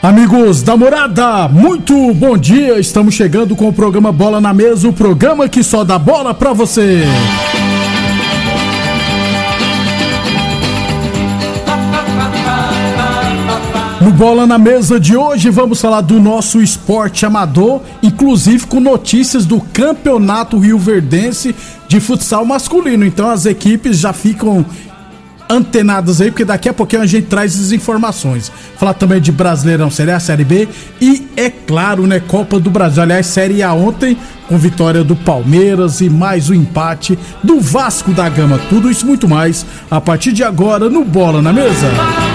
Amigos da Morada, muito bom dia. Estamos chegando com o programa Bola na Mesa, o programa que só dá bola pra você. No Bola na Mesa de hoje vamos falar do nosso esporte amador, inclusive com notícias do Campeonato Rioverdense de futsal masculino. Então as equipes já ficam antenadas aí, porque daqui a pouquinho a gente traz as informações. Falar também de Brasileirão, Série A, Série B e, é claro, né, Copa do Brasil. Aliás, Série A ontem, com vitória do Palmeiras e mais o empate do Vasco da Gama. Tudo isso muito mais a partir de agora no Bola na Mesa.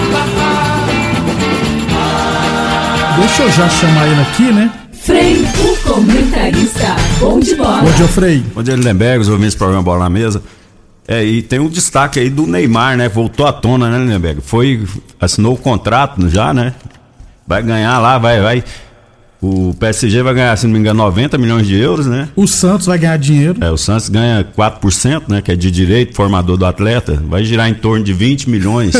Deixa eu já chamar ele aqui, né? Frei, o comentarista, bom de bola. Bom dia, Frei. Bom dia, Lindenberg, os ouvintes do programa Bola na Mesa. E tem um destaque aí do Neymar, né? Voltou à tona, né, Lindenberg? Assinou o contrato já, né? Vai ganhar lá, vai. O PSG vai ganhar, se não me engano, 90 milhões de euros, né? O Santos vai ganhar dinheiro. O Santos ganha 4%, né? Que é de direito, formador do atleta. Vai girar em torno de 20 milhões.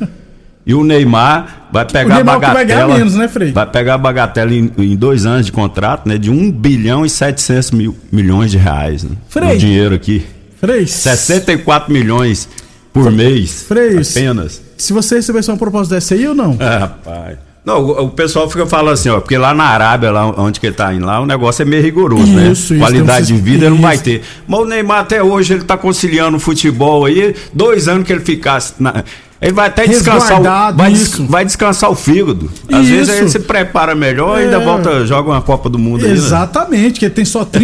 E o Neymar vai pegar a bagatela. Vai ganhar menos, né, Frei? Vai pegar a bagatela em 2 anos de contrato, né? De 1 bilhão e 700 milhões de reais, né? Frei. O dinheiro aqui. Frei. 64 milhões por mês. Frei. Apenas. Se você recebesse uma proposta dessa aí ou não? Rapaz. Não, o pessoal fica falando assim, ó, porque lá na Arábia, lá onde que ele tá indo lá, o negócio é meio rigoroso, né? Qualidade de vida ele não vai ter. Mas o Neymar até hoje ele tá conciliando o futebol aí, 2 anos que ele ficasse ele vai até descansar vai descansar o fígado. Às vezes aí ele se prepara melhor e ainda volta, joga uma Copa do Mundo. Exatamente, aí, né? Que ele tem só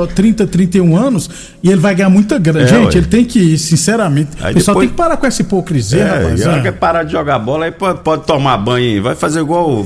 31 anos e ele vai ganhar muita grana. Gente, ele tem que ir, sinceramente. Aí o pessoal depois... tem que parar com essa hipocrisia, rapaz. Ele quer parar de jogar bola, aí pode tomar banho, pode fazer igual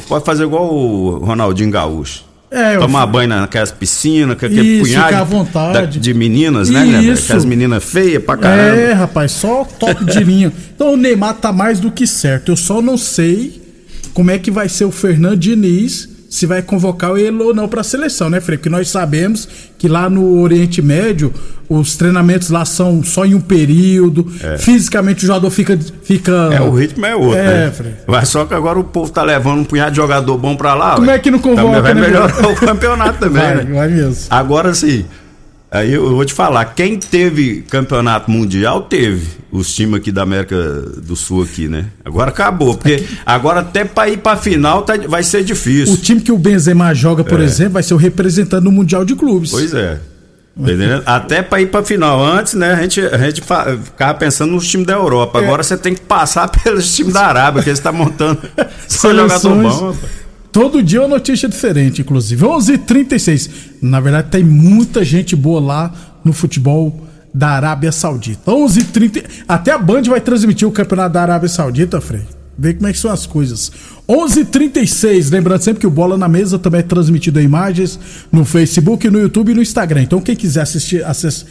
o Ronaldinho Gaúcho. Tomar banho naquelas piscinas, com aquele punhado de meninas, né? Aquelas meninas feias pra caramba. Rapaz, só top de linha. Então o Neymar tá mais do que certo. Eu só não sei como é que vai ser o Fernando Diniz, se vai convocar ele ou não pra seleção, né, Frei? Porque nós sabemos que lá no Oriente Médio os treinamentos lá são só em um período. Fisicamente o jogador fica... O ritmo é outro, né? Frei. Mas só que agora o povo tá levando um punhado de jogador bom pra lá. Como é que não convoca? Também vai melhorar o campeonato também, vai mesmo. Agora sim, aí eu vou te falar, quem teve campeonato mundial teve os times aqui da América do Sul aqui, né? Agora acabou, porque agora até pra ir pra final vai ser difícil. O time que o Benzema joga, por exemplo, vai ser o representante no Mundial de Clubes. Pois é. Entendeu? Até pra ir pra final. Antes, né, a gente ficava pensando nos times da Europa. Agora você tem que passar pelos times da Arábia, que eles estão montando só jogador bom. Todo dia é uma notícia diferente, inclusive. 11h36. Na verdade, tem muita gente boa lá no futebol da Arábia Saudita. 11h30. Até a Band vai transmitir o campeonato da Arábia Saudita, Frei. Vê como é que são as coisas. 11h36. Lembrando sempre que o Bola na Mesa também é transmitido em imagens no Facebook, no YouTube e no Instagram. Então quem quiser assistir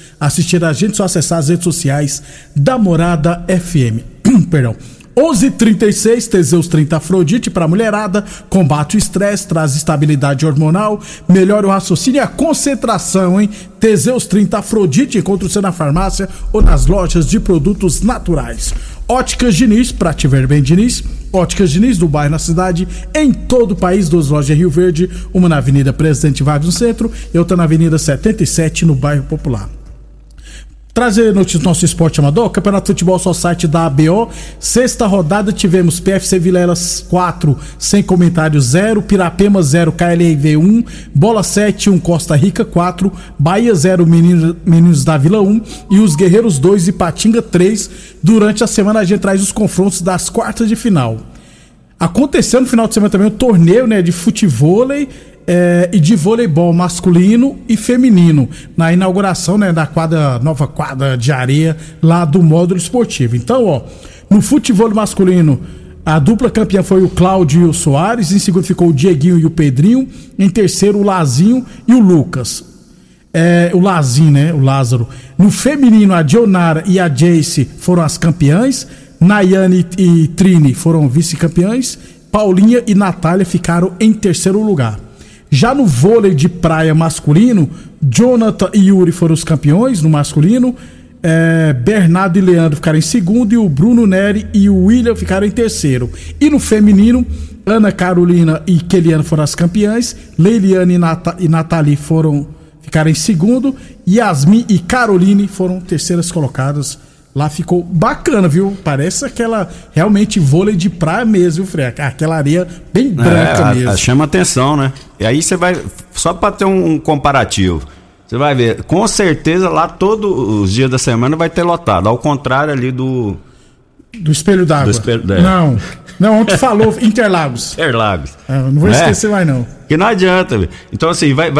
a gente, só acessar as redes sociais da Morada FM. Perdão. 11h36, Teseus 30 Afrodite para mulherada, combate o estresse, traz estabilidade hormonal, melhora o raciocínio e a concentração, hein? Teseus 30 Afrodite, encontra você na farmácia ou nas lojas de produtos naturais. Óticas Diniz, pra te ver bem, Diniz. Óticas Diniz, do bairro na cidade, em todo o país, 2 lojas em Rio Verde, uma na Avenida Presidente Vargas no centro e outra na Avenida 77 no bairro Popular. Trazer notícias do nosso esporte amador, Campeonato de Futebol Society da ABO, 6ª rodada, tivemos PFC Vilelas 4, sem comentário 0, Pirapema 0, KLV 1, Bola 7, 1, Costa Rica 4, Bahia 0, Meninos da Vila 1 e os Guerreiros 2 e Patinga 3. Durante a semana a gente traz os confrontos das quartas de final. Aconteceu no final de semana também o torneio, né, de futevôlei e de voleibol masculino e feminino, na inauguração, né, da nova quadra de areia lá do módulo esportivo. Então, no futebol masculino, a dupla campeã foi o Cláudio e o Soares, em segundo ficou o Dieguinho e o Pedrinho, em terceiro o Lazinho e o Lucas. O Lazinho, né, o Lázaro. No feminino, a Dionara e a Jace foram as campeãs, Nayane e Trini foram vice-campeãs, Paulinha e Natália ficaram em terceiro lugar. Já no vôlei de praia masculino, Jonathan e Yuri foram os campeões no masculino, Bernardo e Leandro ficaram em segundo, e o Bruno Neri e o William ficaram em terceiro. E no feminino, Ana Carolina e Keliane foram as campeãs, Leiliane e Nathalie ficaram em segundo, Yasmin e Caroline foram terceiras colocadas. Lá ficou bacana, viu? Parece realmente vôlei de praia mesmo, Frei. Aquela areia bem branca mesmo. Chama atenção, né? E aí você vai, só para ter um comparativo, você vai ver, com certeza lá todos os dias da semana vai ter lotado, ao contrário ali do Espelho d'Água. Não, ontem falou Interlagos. Não vou esquecer mais não. Que não adianta, velho. Então assim, vai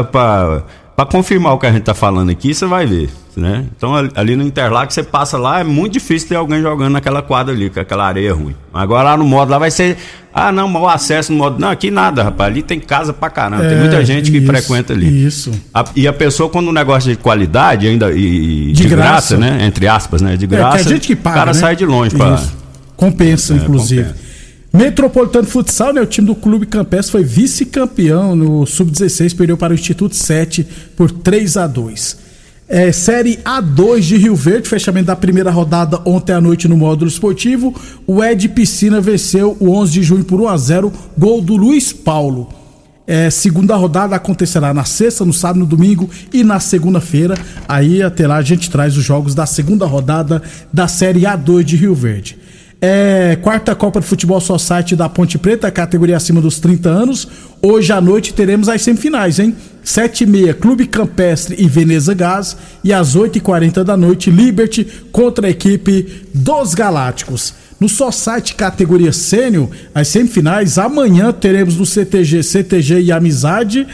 pra confirmar o que a gente tá falando aqui, você vai ver, né? Então ali no Interlagos você passa lá, é muito difícil ter alguém jogando naquela quadra ali, com aquela areia ruim. Agora lá no modo lá vai ser, não, mas o acesso no modo, não, aqui nada, rapaz, ali tem casa pra caramba, tem muita gente que frequenta ali. Isso. E a pessoa, quando o negócio é de qualidade ainda e de graça, né? Entre aspas, né? De graça, que a gente que paga, o cara, né? Sai de longe pra... Compensa, inclusive. Compensa. Metropolitano Futsal, né? O time do Clube Campestre foi vice-campeão no Sub-16, perdeu para o Instituto 7 por 3-2. Série A2 de Rio Verde, fechamento da primeira rodada ontem à noite no módulo esportivo. O Ed Piscina venceu o 11 de junho por 1-0, gol do Luiz Paulo. Segunda rodada acontecerá na sexta, no sábado, no domingo e na segunda-feira. Aí até lá a gente traz os jogos da segunda rodada da Série A2 de Rio Verde. Quarta Copa de Futebol Society da Ponte Preta, categoria acima dos 30 anos. Hoje à noite teremos as semifinais, hein? 7h30, Clube Campestre e Veneza Gás. E às 8h40 da noite, Liberty contra a equipe dos Galácticos. No Society categoria Sênior, as semifinais, amanhã teremos no CTG e Amizade.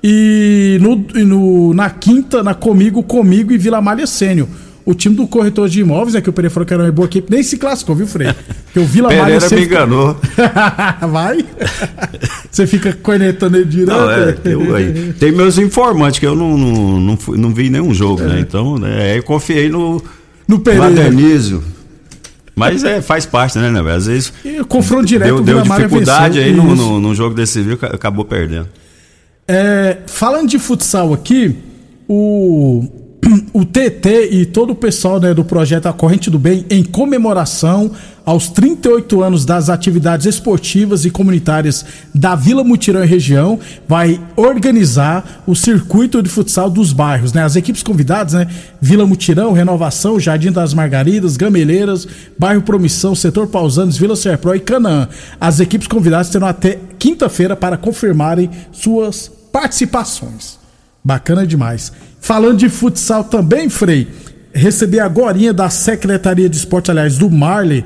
E na quinta, na Comigo e Vila Malha Sênior. O time do corretor de imóveis, que o Pereira falou que era uma boa equipe, nem se classificou, viu, Frei? Porque o Vila Malha Pereira me enganou. Vai? Você fica cornetando ele direto? Não, tem meus informantes, que eu não vi nenhum jogo, né? Então, eu confiei no Pereira. No Adenísio. Mas faz parte, né, né? Às vezes. E o confronto direto deu dificuldade aí no jogo desse viu, acabou perdendo. Falando de futsal aqui, o TT e todo o pessoal, né, do projeto A Corrente do Bem, em comemoração aos 38 anos das atividades esportivas e comunitárias da Vila Mutirão e região, vai organizar o circuito de futsal dos bairros, né? As equipes convidadas, né? Vila Mutirão, Renovação, Jardim das Margaridas, Gameleiras, Bairro Promissão, Setor Pausanes, Vila Serpro e Canaã. As equipes convidadas terão até quinta-feira para confirmarem suas participações. Bacana demais. Falando de futsal também, Frei, recebi agorinha da Secretaria de Esporte, aliás, do Marley,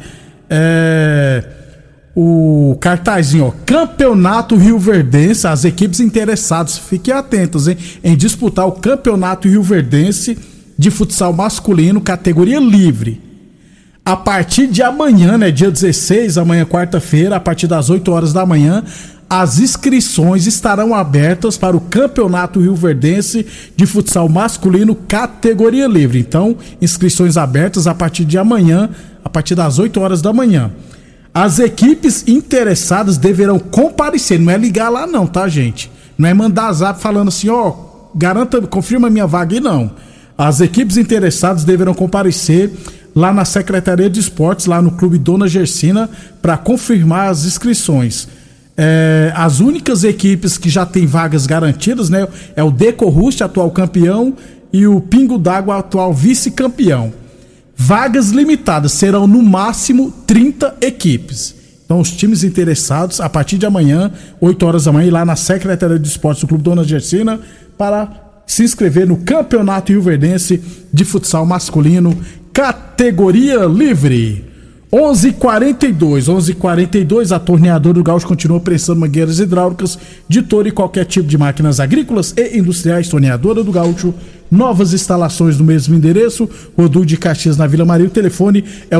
o cartazinho, Campeonato Rioverdense, as equipes interessadas, fiquem atentas, hein, em disputar o Campeonato Rioverdense de futsal masculino, categoria livre. A partir de amanhã, né, dia 16, amanhã quarta-feira, a partir das 8 horas da manhã, as inscrições estarão abertas para o Campeonato Rioverdense de Futsal Masculino categoria livre. Então, inscrições abertas a partir de amanhã, a partir das 8 horas da manhã. As equipes interessadas deverão comparecer, não é ligar lá não, tá, gente? Não é mandar zap falando assim, garanta, confirma minha vaga aí, não. As equipes interessadas deverão comparecer lá na Secretaria de Esportes, lá no Clube Dona Gersina, para confirmar as inscrições. As únicas equipes que já têm vagas garantidas, né, é o Decorust, atual campeão, e o Pingo d'Água, atual vice-campeão. Vagas limitadas, serão no máximo 30 equipes. Então os times interessados, a partir de amanhã, 8 horas da manhã, ir lá na Secretaria de Esportes do Clube Dona Gersina para se inscrever no Campeonato Rioverdense de Futsal Masculino categoria livre. 11h42, a Torneadora do Gaúcho continua prestando mangueiras hidráulicas de todo e qualquer tipo de máquinas agrícolas e industriais. Torneadora do Gaúcho, novas instalações no mesmo endereço, Rodul de Caxias na Vila Maria. O telefone é o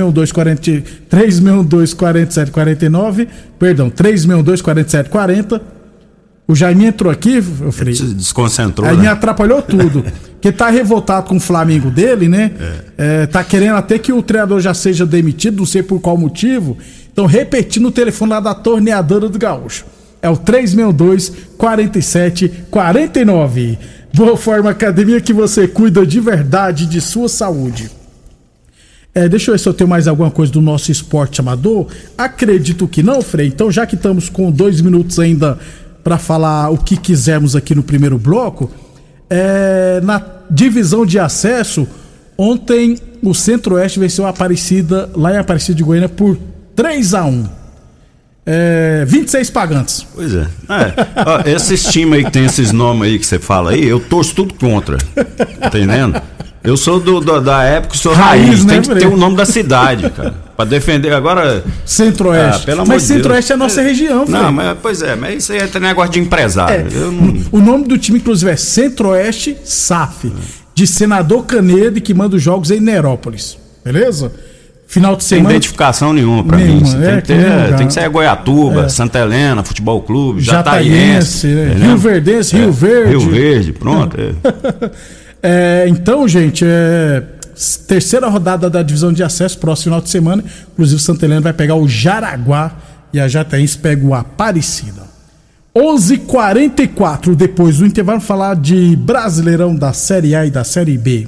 362-4740. O Jaime entrou aqui, eu falei, desconcentrou. Aí, né? Me atrapalhou tudo. Porque tá revoltado com o Flamengo dele, né? Tá querendo até que o treinador já seja demitido, não sei por qual motivo. Então, repetindo o telefone lá da Torneadora do Gaúcho. É o 362-4749. Boa Forma Academia, que você cuida de verdade de sua saúde. Deixa eu ver se eu tenho mais alguma coisa do nosso esporte amador. Acredito que não, Frei. Então, já que estamos com 2 minutos ainda para falar o que quisermos aqui no primeiro bloco, na divisão de acesso, ontem o Centro-Oeste venceu a Aparecida, lá em Aparecida de Goiânia, por 3-1. 26 pagantes. Pois é. Ó, esses times aí que tem esses nomes aí que você fala aí, eu torço tudo contra. Tá entendendo? Eu sou da época, sou raiz, né, tem que ter o nome da cidade, cara, pra defender. Agora Centro-Oeste, mas Centro-Oeste é a nossa região, filho. Não, mas, pois é, mas isso aí é negócio de empresário. O nome do time, inclusive, é Centro-Oeste SAF, de Senador Canedo, que manda os jogos em Nerópolis, beleza? Final de semana. Sem identificação nenhuma pra mim. Tem que ser Goiatuba, Santa Helena, Futebol Clube, Jataiense, Rio Verdense, Rio Verde. Rio Verde, pronto. Então, gente, terceira rodada da divisão de acesso, próximo final de semana. Inclusive, Santa Helena vai pegar o Jaraguá e a Jataiense pega o Aparecida. 11h44, depois do intervalo, falar de Brasileirão da Série A e da Série B.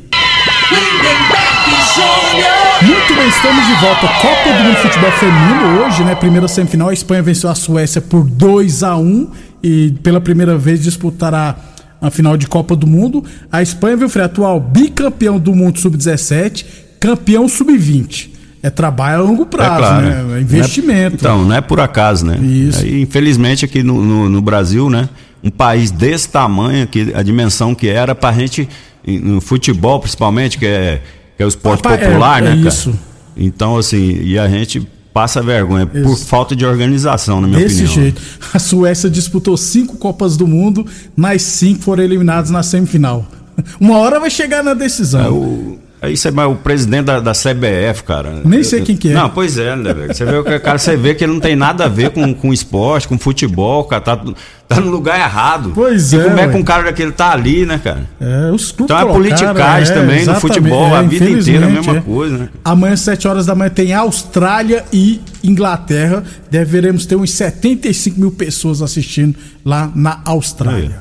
Muito bem, estamos de volta. Copa do Mundo de Futebol Feminino hoje, né? Primeira semifinal, a Espanha venceu a Suécia por 2-1 e pela primeira vez disputará a final de Copa do Mundo. A Espanha, viu, Frei, atual bicampeão do mundo sub-17, campeão sub-20. Trabalho a longo prazo, claro, né? Investimento. Não é por acaso, né? Isso. Infelizmente aqui no Brasil, né? Um país desse tamanho, a dimensão que era pra gente, no futebol principalmente, que é o esporte popular, né, cara? Isso. Então, assim, e a gente passa vergonha por falta de organização, na minha opinião. Desse jeito. A Suécia disputou 5 Copas do Mundo, nas 5 foram eliminados na semifinal. Uma hora vai chegar na decisão. Isso é o presidente da CBF, cara. Nem sei quem que é. Não, pois é, né, velho? Você vê que ele não tem nada a ver com esporte, com futebol, cara. Tá no lugar errado. Pois e como é que um cara daquele tá ali, né, cara? Os clubes então é politicagem também no futebol, a vida inteira a mesma coisa, né? Amanhã, 7 horas da manhã, tem Austrália e Inglaterra. Deveremos ter uns 75 mil pessoas assistindo lá na Austrália.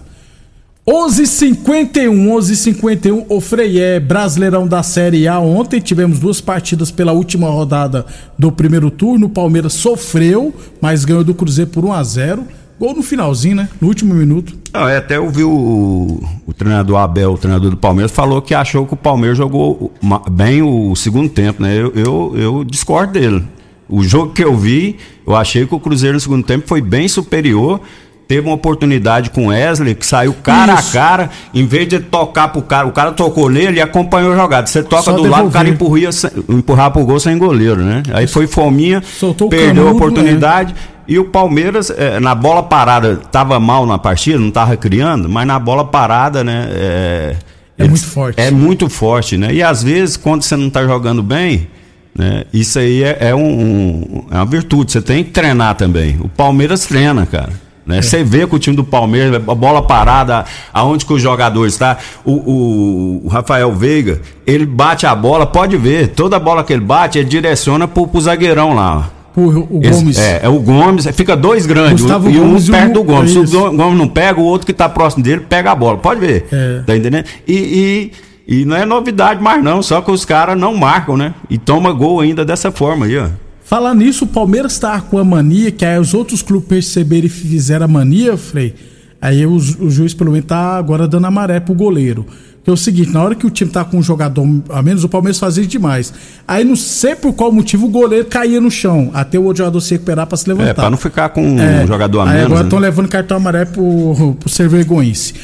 11h51, o Frei, Brasileirão da Série A. Ontem tivemos 2 partidas pela última rodada do primeiro turno. O Palmeiras sofreu, mas ganhou do Cruzeiro por 1-0. Gol no finalzinho, né? No último minuto. Até eu vi o treinador Abel, o treinador do Palmeiras, falou que achou que o Palmeiras jogou bem o segundo tempo, né? Eu discordo dele. O jogo que eu vi, eu achei que o Cruzeiro no segundo tempo foi bem superior. Teve uma oportunidade com o Wesley, que saiu cara a cara, em vez de tocar pro cara, o cara tocou nele e acompanhou a jogada. Você toca só do lado, o cara empurrar pro gol sem goleiro, né? Aí foi fominha, perdeu a oportunidade. E o Palmeiras, na bola parada, tava mal na partida, não tava criando, mas na bola parada, né? Muito forte. É muito forte, né? E às vezes, quando você não tá jogando bem, né? Isso aí é uma virtude, você tem que treinar também. O Palmeiras treina, cara. Você vê que o time do Palmeiras, a bola parada, aonde que os jogadores tá, o Rafael Veiga, ele bate a bola, pode ver, toda bola que ele bate, ele direciona pro zagueirão lá. O Gomes. O Gomes, fica 2 grandes, Gustavo e um Gomes perto do Gomes. Se o Gomes não pega, o outro que tá próximo dele pega a bola, pode ver. Tá entendendo? E não é novidade mais não, só que os caras não marcam, né? E toma gol ainda dessa forma aí, ó. Falar nisso, o Palmeiras tá com a mania, que aí os outros clubes perceberam e fizeram a mania, Frei. Aí o juiz, pelo menos, tá agora dando amarelo pro goleiro. Que é o seguinte, na hora que o time tá com um jogador a menos, o Palmeiras fazia demais. Aí não sei por qual motivo o goleiro caía no chão, até o outro jogador se recuperar pra se levantar. Pra não ficar com um jogador a menos. Agora estão levando cartão amarelo pro ser vergonhice.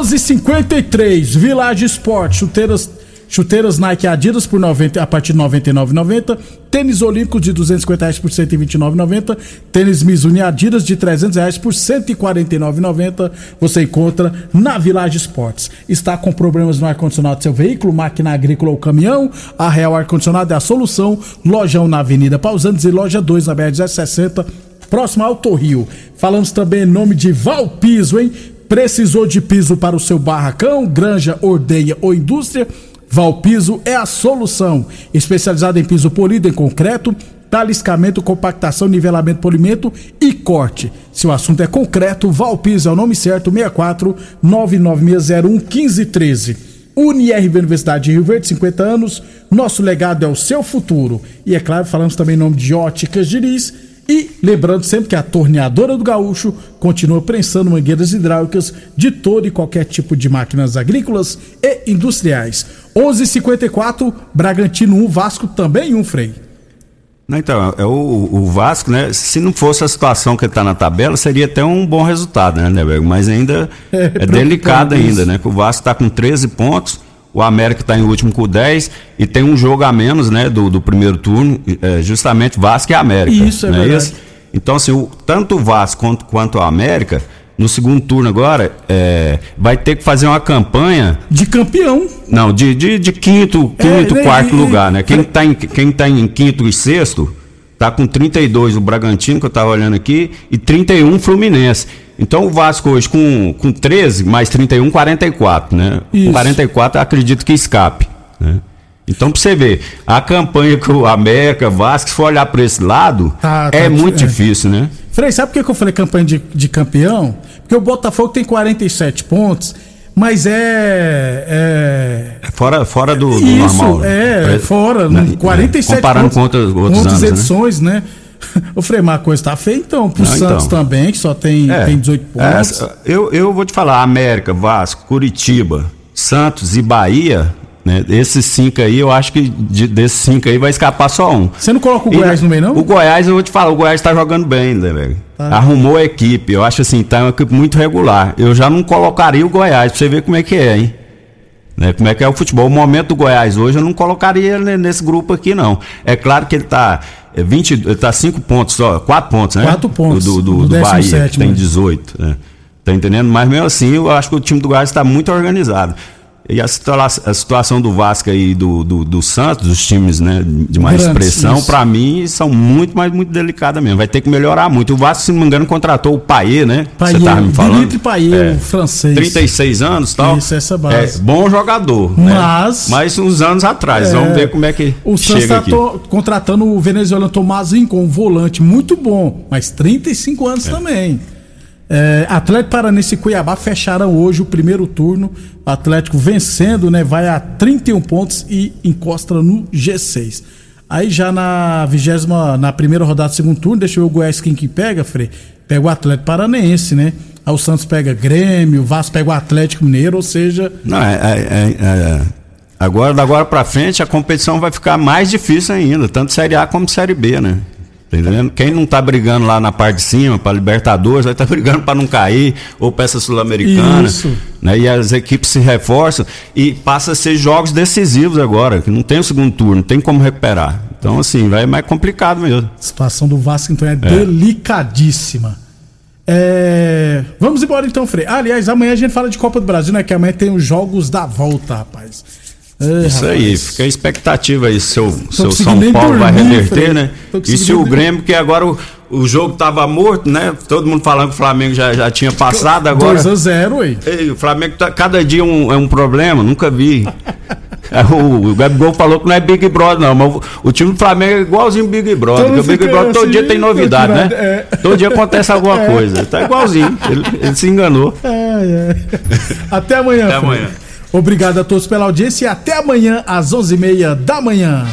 11h53, Village Esporte, chuteiras Nike Adidas a partir de R$ 99,90. Tênis Olímpicos de R$ 250 por R$ 129,90. Tênis Mizuno Adidas de R$ 300 por R$ 149,90. Você encontra na Village Esportes. Está com problemas no ar-condicionado do seu veículo, máquina agrícola ou caminhão? A Real Ar-Condicionado é a solução. Lojão na Avenida Pausantes e loja 2 na BR-1060, próximo ao Alto Rio. Falamos também em nome de Valpiso, hein? Precisou de piso para o seu barracão, granja, ordenha ou indústria? Valpiso é a solução, especializada em piso polido em concreto, taliscamento, compactação, nivelamento, polimento e corte. Se o assunto é concreto, Valpiso é o nome certo, 64 99601 1513. UniRV Universidade de Rio Verde, 50 anos, nosso legado é o seu futuro. E é claro, falamos também em nome de Óticas Diniz. E lembrando sempre que a Torneadora do Gaúcho continua prensando mangueiras hidráulicas de todo e qualquer tipo de máquinas agrícolas e industriais. 11:54, Bragantino 1, Vasco também 1, Frei. Então, é o Vasco, né? Se não fosse a situação que ele tá na tabela, seria até um bom resultado, né, Berg? Mas ainda é delicado ainda, né? Que o Vasco tá com 13 pontos, o América está em último com 10 e tem um jogo a menos, né, do primeiro turno, justamente Vasco e América. Isso, é verdade. Isso? Então, assim, tanto o Vasco quanto o América, no segundo turno agora, vai ter que fazer uma campanha... De campeão. Não, de quinto, quarto lugar, né? Quem tá em quinto e sexto, tá com 32 o Bragantino, que eu tava olhando aqui, e 31 Fluminense. Então o Vasco hoje com 13, mais 31, 44, né? Isso. 44 acredito que escape, né? Então pra você ver, a campanha que o América, Vasco, se for olhar pra esse lado, muito difícil, né? Frei, sabe por que eu falei campanha de campeão? Porque o Botafogo tem 47 pontos, mas fora do normal. Fora, 47 comparando pontos. Com outros anos, edições, né? O Frei, uma coisa tá feia então, pro Santos também, que só tem 18 pontos. Eu vou te falar, América, Vasco, Curitiba, Santos e Bahia, né? Esses 5 aí, eu acho que desses 5 aí vai escapar só um. Você não coloca o Goiás no meio, não? O Goiás, eu vou te falar, o Goiás tá jogando bem, né, velho? Tá. Arrumou a equipe, eu acho assim, tá uma equipe muito regular. Eu já não colocaria o Goiás, pra você ver como é que é, hein? Né, como é que é o futebol. O momento do Goiás hoje, eu não colocaria ele nesse grupo aqui, não. É claro que ele tá 5 pontos só, 4 pontos, né? 4 pontos do Bahia, que tem 18. Né? Tá entendendo? Mas mesmo assim, eu acho que o time do Goiás está muito organizado. E a situação do Vasco e do Santos, dos times, né, de mais expressão, para mim, são muito delicadas mesmo. Vai ter que melhorar muito. O Vasco, se não me engano, contratou o Payet, né? Você tava me falando? Dimitri Payet, o francês. 36 anos e tal. Isso, essa base. Bom jogador, mas uns anos atrás. Vamos ver como é que o Santos está contratando o venezuelano Tomás Rincon, um volante muito bom, mas 35 anos também. Atlético Paranaense e Cuiabá fecharam hoje o primeiro turno. O Atlético vencendo, né? Vai a 31 pontos e encosta no G6. Aí já na primeira rodada do segundo turno, deixa eu ver o Goiás quem que pega, Frei. Pega o Atlético Paranaense, né? Aí o Santos pega Grêmio, o Vasco pega o Atlético Mineiro, ou seja... Não, agora, da agora pra frente, a competição vai ficar mais difícil ainda, tanto Série A como Série B, né? Tá entendendo? Quem não tá brigando lá na parte de cima para Libertadores vai estar brigando para não cair ou para essa Sul-Americana, né? E as equipes se reforçam e passa a ser jogos decisivos agora, que não tem o segundo turno, não tem como recuperar. Então assim, vai mais complicado mesmo. A situação do Vasco então é delicadíssima. Vamos embora então, Frei. Aliás, amanhã a gente fala de Copa do Brasil, né? Que amanhã tem os jogos da volta, rapaz. Isso aí, fica a expectativa aí, se o São Paulo vai reverter, né? E se o Grêmio, que agora o jogo tava morto, né? Todo mundo falando que o Flamengo já tinha passado, agora... 2-0, ué. O Flamengo, cada dia é um problema, nunca vi. O Gabigol falou que não é Big Brother, não, mas o time do Flamengo é igualzinho Big Brother, porque o Big Brother todo dia tem novidade, né? Todo dia acontece alguma coisa, tá igualzinho, ele se enganou. Até amanhã. Até amanhã. Obrigado a todos pela audiência e até amanhã às 11h30 da manhã.